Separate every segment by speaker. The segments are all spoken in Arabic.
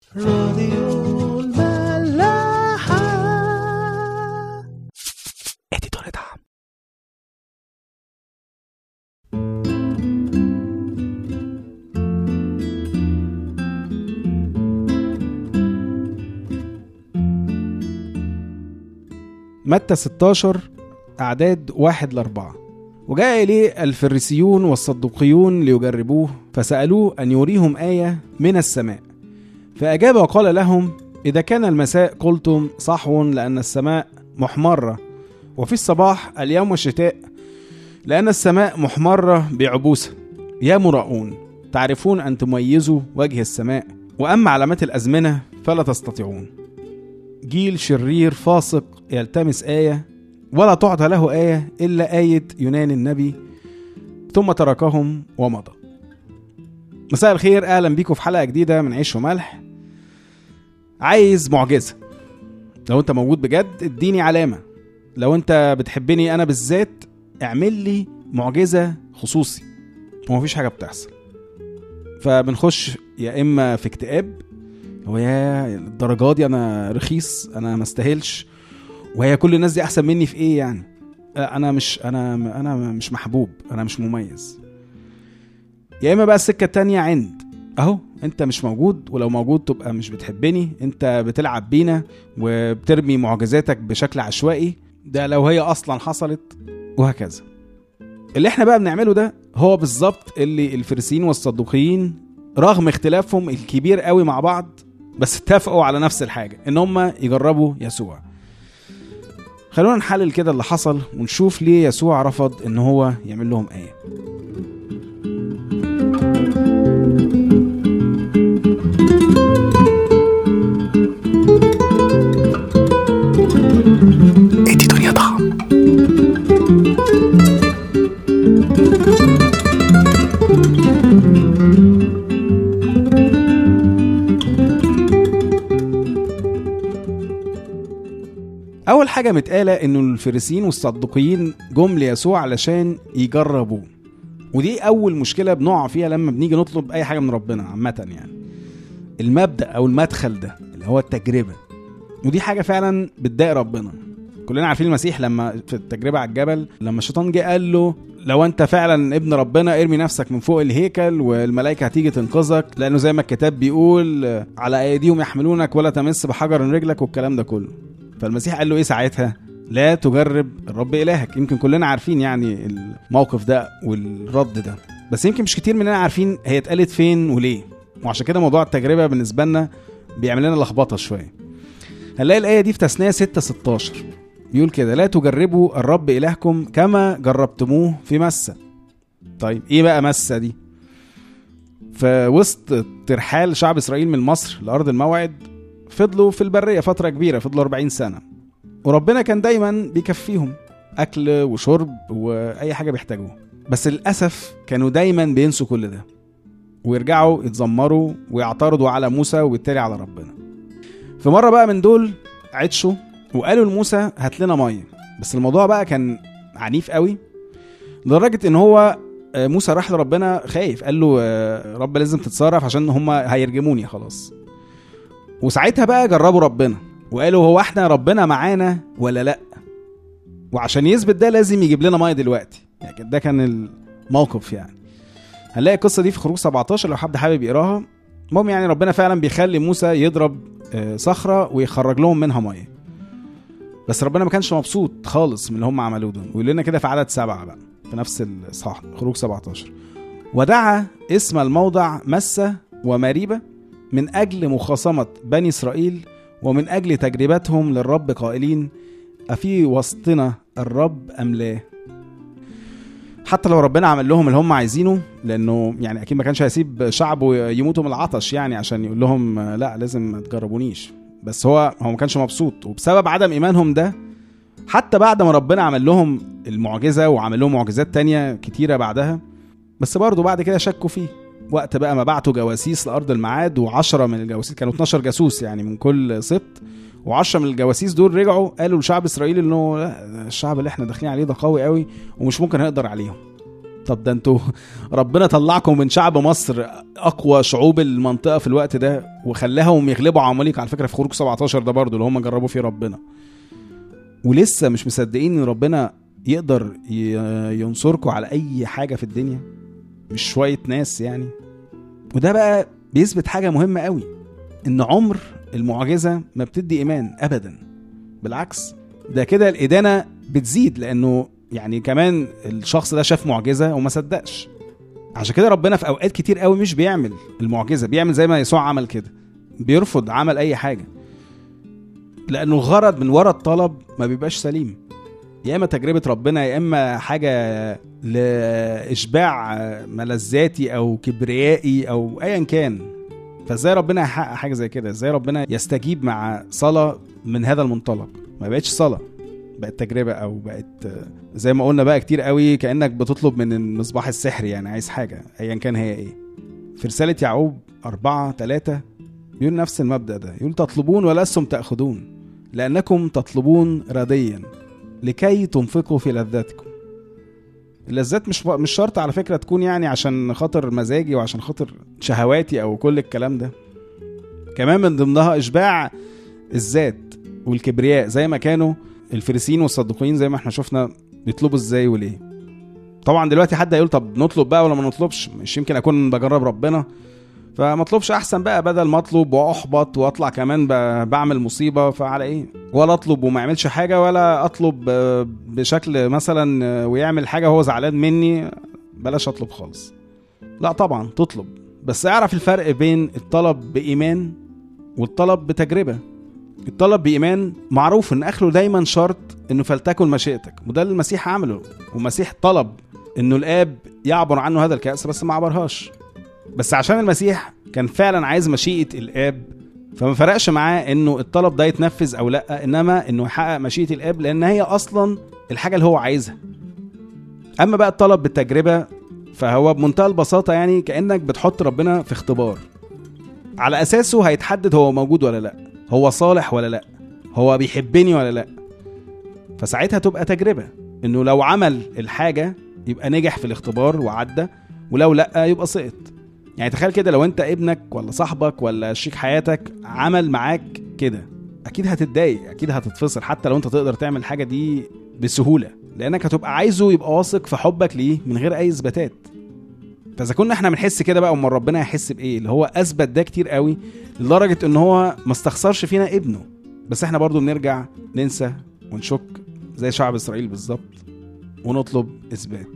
Speaker 1: راديو الملاحة.
Speaker 2: اديتور دعم. متى 16 أعداد 1-4. وجاء إليه الفريسيون والصدوقيون ليجربوه، فسألوه أن يريهم آية من السماء. فأجاب وقال لهم: إذا كان المساء قلتم صحو لأن السماء محمرة، وفي الصباح اليوم الشتاء لأن السماء محمرة بعبوسة. يا مراؤون، تعرفون أن تميزوا وجه السماء، وأما علامات الأزمنة فلا تستطيعون. جيل شرير فاسق يلتمس آية، ولا تعطى له آية إلا آية يونان النبي. ثم تركهم ومضى. مساء الخير، أهلا بيكم في حلقة جديدة من عيش وملح. عايز معجزة؟ لو انت موجود بجد اديني علامة. لو انت بتحبني انا بالذات اعمل لي معجزة خصوصي. ومفيش حاجة بتحصل، فبنخش يا اما في اكتئاب، ويا الدرجات دي انا رخيص، انا ما استاهلش، وهي كل الناس دي احسن مني في ايه يعني، انا مش محبوب، انا مش مميز. يا اما بقى السكة التانية، عند اهو انت مش موجود، ولو موجود تبقى مش بتحبني، انت بتلعب بينا وبترمي معجزاتك بشكل عشوائي، ده لو هي اصلا حصلت، وهكذا. اللي احنا بقى بنعمله ده هو بالظبط اللي الفريسيين والصدوقيين رغم اختلافهم الكبير قوي مع بعض بس اتفقوا على نفس الحاجة، ان هم يجربوا يسوع. خلونا نحلل كده اللي حصل ونشوف ليه يسوع رفض ان هو يعمل لهم آية. أول حاجة متقالة إنه الفريسيين والصدوقيين جم ليسوع علشان يجربوه، ودي أول مشكلة بنقع فيها لما بنيجي نطلب أي حاجة من ربنا عامة. يعني المبدأ أو المدخل ده اللي هو التجربة، ودي حاجة فعلا بتضايق ربنا. كلنا عارفين المسيح لما في التجربة على الجبل، لما الشيطان جه قال له لو أنت فعلا ابن ربنا ارمي نفسك من فوق الهيكل والملائكة هتيجي تنقذك، لأنه زي ما الكتاب بيقول على أيديهم يحملونك ولا تمس بحجر رجلك والكلام ده كله. فالمسيح قال له ايه ساعتها؟ لا تجرب الرب إلهك. يمكن كلنا عارفين يعني الموقف ده والرد ده، بس يمكن مش كتير مننا عارفين هي اتقالت فين وليه، وعشان كده موضوع التجربة بالنسبة لنا بيعمل لنا لخبطة شوية. هنلاقي الآية دي في تثنية 6:16 بيقول كده: لا تجربوا الرب إلهكم كما جربتموه في مسة. طيب ايه بقى مسة دي؟ في وسط ترحال شعب إسرائيل من مصر لأرض الموعد، فضلوا في البرية فترة كبيرة، فضلوا 40 سنة، وربنا كان دايما بيكفيهم أكل وشرب وأي حاجة بيحتاجوها. بس للأسف كانوا دايما بينسوا كل ده ويرجعوا يتذمروا ويعترضوا على موسى وبالتالي على ربنا. في مرة بقى من دول عطشوا وقالوا لموسى هات لنا مية، بس الموضوع بقى كان عنيف قوي لدرجة ان هو موسى راح لربنا خايف، قال له رب لازم تتصرف عشان هم هيرجموني خلاص. وساعتها بقى جربوا ربنا وقالوا هو احنا ربنا معانا ولا لا، وعشان يثبت ده لازم يجيب لنا ميه دلوقتي. يعني ده كان الموقف. يعني هنلاقي القصه دي في خروج 17 لو حد حابب يقراها. المهم يعني ربنا فعلا بيخلي موسى يضرب صخره ويخرج لهم منها ميه، بس ربنا ما كانش مبسوط خالص من اللي هم عملوه ده. ويقول لنا كده في عدد 7 بقى في نفس الصح خروج 17: ودعا اسم الموضع مسة ومريبة من أجل مخاصمة بني إسرائيل ومن أجل تجربتهم للرب قائلين أفي وسطنا الرب أم لا. حتى لو ربنا عمل لهم اللي هم عايزينه، لأنه يعني أكيد ما كانش هيسيب شعبه يموتوا من العطش يعني عشان يقول لهم لا لازم ما تجربونيش، بس هو ما كانش مبسوط. وبسبب عدم إيمانهم ده، حتى بعد ما ربنا عمل لهم المعجزة وعمل لهم معجزات تانية كتيرة بعدها، بس برضو بعد كده شكوا فيه. وقت بقى ما بعتوا جواسيس لأرض الميعاد، و10 من الجواسيس كانوا 12 جاسوس يعني من كل سبط، و10 من الجواسيس دول رجعوا قالوا لشعب إسرائيل إنه لا الشعب اللي احنا داخلين عليه ده قوي قوي ومش ممكن هنقدر عليهم. طب ده انتوا ربنا طلعكم من شعب مصر اقوى شعوب المنطقه في الوقت ده وخلاهم يغلبوا عماليق، على فكره في خروج 17 ده برضو اللي هم جربوا فيه ربنا، ولسه مش مصدقين ان ربنا يقدر ينصركم على اي حاجه في الدنيا، مش شويه ناس يعني. وده بقى بيثبت حاجه مهمه قوي، ان عمر المعجزه ما بتدي ايمان ابدا، بالعكس ده كده الادانه بتزيد، لانه يعني كمان الشخص ده شاف معجزه وما صدقش. عشان كده ربنا في اوقات كتير قوي مش بيعمل المعجزه، بيعمل زي ما يسوع عمل كده، بيرفض عمل اي حاجه، لانه الغرض من وراء الطلب ما بيبقاش سليم، يا اما تجربه ربنا يا اما حاجه لاشباع ملذاتي او كبريائي او ايا كان. فازاي ربنا يحقق حاجه زي كده؟ ازاي ربنا يستجيب مع صلاه من هذا المنطلق؟ ما بقتش صلاه، بقت تجربه، او بقت زي ما قلنا بقى كتير قوي كانك بتطلب من المصباح السحري، يعني عايز حاجه ايا كان هي ايه. في رساله يعقوب 4:3 يقول نفس المبدأ ده، يقول تطلبون ولستم تأخذون لأنكم تطلبون رديا لكي تنفقوا في لذاتكم. اللذات مش شرط على فكرة تكون يعني عشان خاطر مزاجي وعشان خاطر شهواتي أو كل الكلام ده، كمان من ضمنها إشباع الذات والكبرياء، زي ما كانوا الفريسيين والصدوقيين زي ما احنا شفنا بيطلبوا ازاي وليه. طبعا دلوقتي حد هيقول طب نطلب بقى ولا ما نطلبش؟ مش يمكن أكون بجرب ربنا فما اطلبش احسن بقى، بدل ما اطلب واحبط واطلع كمان بعمل مصيبه، فعلى ايه؟ ولا اطلب وما يعملش حاجه، ولا اطلب بشكل مثلا ويعمل حاجه هو زعلان مني، بلاش اطلب خالص. لا طبعا تطلب، بس اعرف الفرق بين الطلب بايمان والطلب بتجربه. الطلب بايمان معروف ان اخره دايما شرط انه فلتكن مشيئتك، وده اللي المسيح عمله، والمسيح طلب انه الاب يعبر عنه هذا الكأس بس ما عبرهاش، بس عشان المسيح كان فعلا عايز مشيئة الآب، فما فرقش معاه انه الطلب ده يتنفذ او لا، انما انه يحقق مشيئة الآب لان هي اصلا الحاجة اللي هو عايزها. اما بقى الطلب بالتجربة فهو بمنتهى البساطة يعني كأنك بتحط ربنا في اختبار، على اساسه هيتحدد هو موجود ولا لا، هو صالح ولا لا، هو بيحبني ولا لا. فساعتها تبقى تجربة، انه لو عمل الحاجة يبقى نجح في الاختبار وعدى، ولو لا يبقى سقط. يعني تخيل كده لو انت ابنك ولا صاحبك ولا شريك حياتك عمل معاك كده، اكيد هتتضايق، اكيد هتتفصل، حتى لو انت تقدر تعمل حاجة دي بسهولة، لانك هتبقى عايزه يبقى واثق في حبك ليه من غير اي اثباتات. فاذا كنا احنا بنحس كده بقى، امال ربنا هيحس بايه؟ اللي هو اثبت ده كتير قوي لدرجة ان هو ما استخسرش فينا ابنه. بس احنا برضو بنرجع ننسى ونشك زي شعب اسرائيل بالظبط ونطلب اثبات.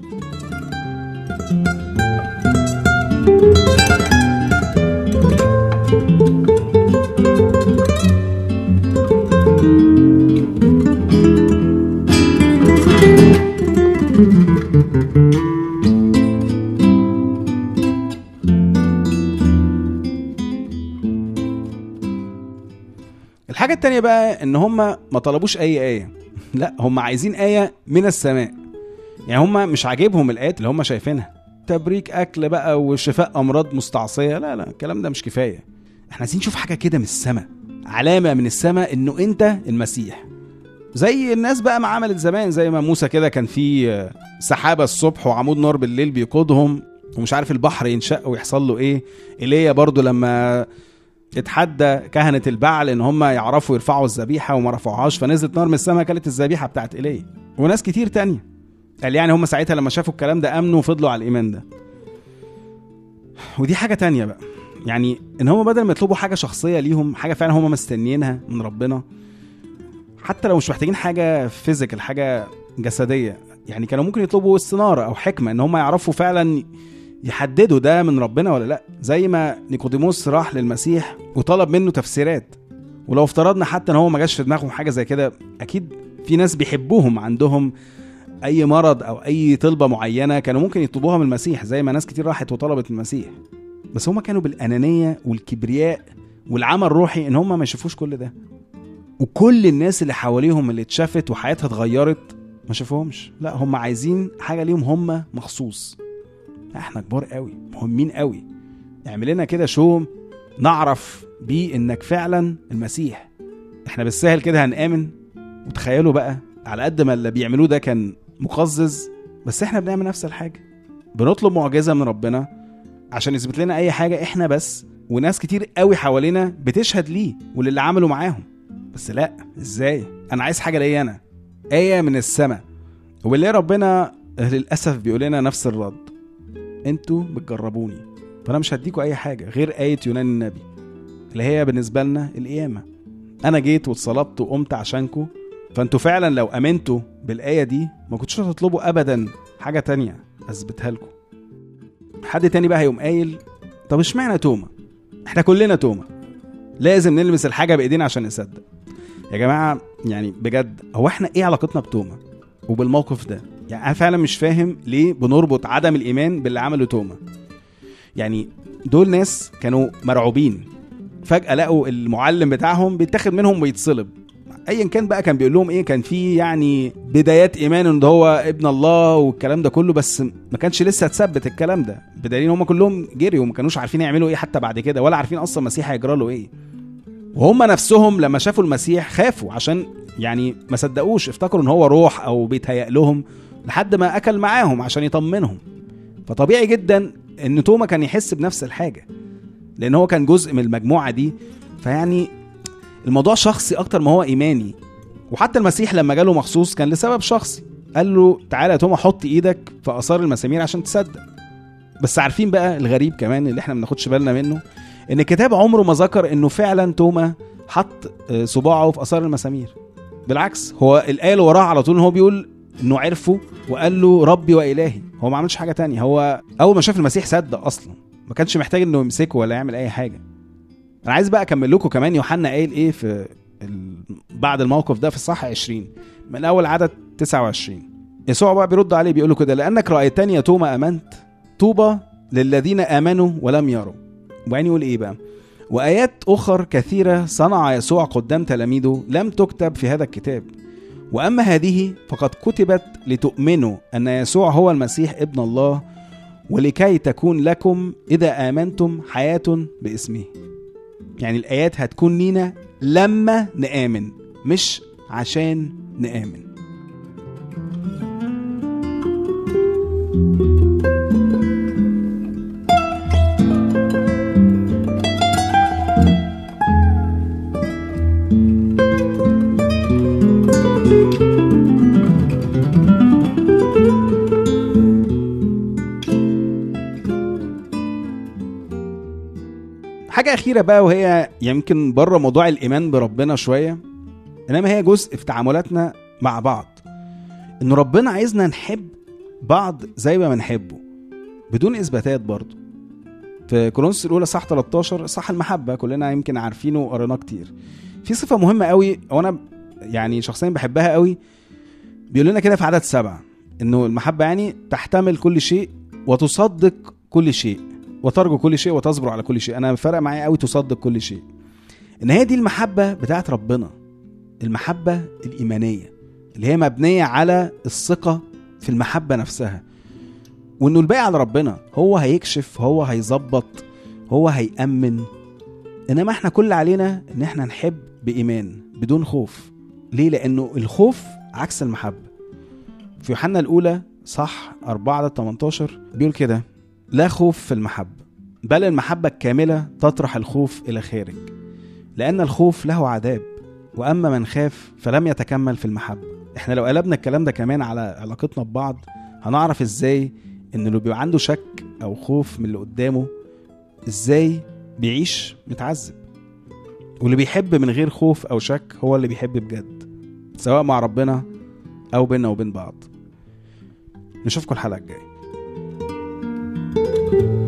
Speaker 2: الحاجة التانية بقى ان هم ما طلبوش اي آية، لا هم عايزين آية من السماء. يعني هم مش عاجبهم الآيات اللي هم شايفينها، تبريك اكل بقى وشفاء امراض مستعصية، لا الكلام ده مش كفاية. احنا عايزين نشوف حاجة كده من السماء، علامة من السماء انه انت المسيح، زي الناس بقى ما عملت زمان، زي ما موسى كده كان في سحابة الصبح وعمود نار بالليل بيقودهم، ومش عارف البحر ينشق ويحصل له ايه. إيليا برضو لما اتحدى كهنة البعل ان هم يعرفوا يرفعوا الذبيحة وما رفعوهاش، فنزلت نار من السماء كلت الذبيحة بتاعت إيليا. وناس كتير تانية قال يعني هم ساعتها لما شافوا الكلام ده امنوا وفضلوا على الايمان ده. ودي حاجة تانية بقى، يعني ان هم بدل ما يطلبوا حاجة شخصية ليهم، حاجة فعلا هم مستنيينها من ربنا، حتى لو مش محتاجين حاجة فيزيكال، حاجة جسدية، يعني كانوا ممكن يطلبوا استنارة او حكمة ان هم يعرفوا فعلا يحددوا ده من ربنا ولا لا، زي ما نيقوديموس راح للمسيح وطلب منه تفسيرات. ولو افترضنا حتى ان هو ما جاش في دماغهم حاجة زي كده، اكيد في ناس بيحبوهم عندهم اي مرض او اي طلبة معينة كانوا ممكن يطلبوها من المسيح، زي ما ناس كتير راحت وطلبت المسيح. بس هم كانوا بالانانية والكبرياء والعمى الروحي ان هم ما يشوفوش كل ده، وكل الناس اللي حواليهم اللي اتشافت وحياتها اتغيرت ما شافوهمش. لا هم عايزين حاجة ليهم هم مخصوص. احنا كبار قوي، مهمين قوي، اعمل لنا كده شو نعرف بيه انك فعلا المسيح. احنا بالسهل كده هنآمن. وتخيلوا بقى على قد ما اللي بيعملوه ده كان مقزز، بس احنا بنعمل نفس الحاجة، بنطلب معجزة من ربنا عشان يثبت لنا اي حاجة احنا بس، وناس كتير قوي حوالينا بتشهد ليه وللي عملوا معاهم. بس لا، ازاي؟ انا عايز حاجة ليا انا، آية من السماء. وبالله ربنا للأسف بيقول لنا نفس الرد: انتوا بتجربوني، فانا مش هديكوا اي حاجة غير آية يونان النبي اللي هي بالنسبة لنا القيامة. انا جيت واتصلبت وقمت عشانكوا، فانتوا فعلا لو امنتوا بالآية دي ما كنتش هتطلبوا ابدا حاجة تانية اثبتها لكم. حد تاني بقى هيقوم قايل: طب اشمعنى توما؟ احنا كلنا توما، لازم نلمس الحاجة بايدينا عشان نصدق. يا جماعة يعني بجد، هو احنا ايه علاقتنا بتوما وبالموقف ده؟ يعني انا فعلا مش فاهم ليه بنربط عدم الايمان باللي عمله توما. يعني دول ناس كانوا مرعوبين، فجأة لقوا المعلم بتاعهم بيتاخد منهم ويتصلب. ايا كان بقى كان بيقول لهم ايه، كان في يعني بدايات ايمان ان هو ابن الله والكلام ده كله، بس ما كانش لسه اتثبت الكلام ده، بدليل هم كلهم جريوا وما كانوش عارفين يعملوا ايه حتى بعد كده، ولا عارفين اصلا المسيح هيجرى له ايه. وهم نفسهم لما شافوا المسيح خافوا، عشان يعني ما صدقوش، افتكروا ان هو روح او بيتهيأ لهم، لحد ما اكل معاهم عشان يطمنهم. فطبيعي جدا ان توما كان يحس بنفس الحاجة، لان هو كان جزء من المجموعة دي. فيعني الموضوع شخصي اكتر ما هو ايماني. وحتى المسيح لما جاله مخصوص كان لسبب شخصي، قال له: تعالى يا توما حط ايدك في اثار المسامير عشان تصدق. بس عارفين بقى الغريب كمان اللي احنا ما بناخدش بالنا منه، ان الكتاب عمره ما ذكر انه فعلا توما حط صباعه في اثار المسامير. بالعكس، هو الآية اللي وراها على طول هو بيقول انه عرفه وقال له: ربي وإلهي. هو ما عملش حاجة تانية، هو اول ما شاف المسيح صدق اصلا، ما كانش محتاج انه يمسكه ولا يعمل اي حاجة. انا عايز بقى اكمل لكم كمان يوحنا قايل ايه في بعد الموقف ده في الصح 20 من اول عدد 29. يسوع بقى بيرد عليه بيقول له كده: لانك رأيتني يا توما امنت، طوبى للذين امنوا ولم يروا. وبعدين يقول ايه بقى: وآيات أخر كثيرة صنع يسوع قدام تلاميذه لم تكتب في هذا الكتاب، وأما هذه فقد كتبت لتؤمنوا أن يسوع هو المسيح ابن الله، ولكي تكون لكم إذا آمنتم حياة باسمه. يعني الآيات هتكون لينا لما نآمن، مش عشان نآمن. حاجة أخيرة بقى، وهي يمكن بره موضوع الإيمان بربنا شوية، إنما هي جزء في تعاملاتنا مع بعض، إن ربنا عايزنا نحب بعض زي ما بنحبه بدون إثباتات. برضو في كورنثوس الأولى صح 13 صح المحبة كلنا يمكن عارفينه وقريناه كتير، في صفة مهمة قوي وأنا يعني شخصيا بحبها قوي. بيقول لنا كده في عدد 7 إنه المحبة يعني تحتمل كل شيء وتصدق كل شيء وترجو كل شيء وتصبر على كل شيء. انا فرق معايا قوي تصدق كل شيء، ان هي دي المحبة بتاعت ربنا، المحبة الإيمانية اللي هي مبنية على الثقة في المحبة نفسها، وانه الباقي على ربنا، هو هيكشف، هو هيظبط، هو هيأمن. انما احنا كل علينا ان احنا نحب بإيمان بدون خوف. ليه؟ لانه الخوف عكس المحبة. في يوحنا الأولى صح 4:18 بيقول كده: لا خوف في المحبة، بل المحبة الكاملة تطرح الخوف إلى خارج، لأن الخوف له عذاب، وأما من خاف فلم يتكمل في المحبة. احنا لو قلبنا الكلام ده كمان على علاقتنا ببعض هنعرف ازاي ان اللي بيبقى عنده شك أو خوف من اللي قدامه ازاي بيعيش متعذب، واللي بيحب من غير خوف أو شك هو اللي بيحب بجد، سواء مع ربنا أو بيننا وبين بعض. نشوفكم الحلقة الجاية.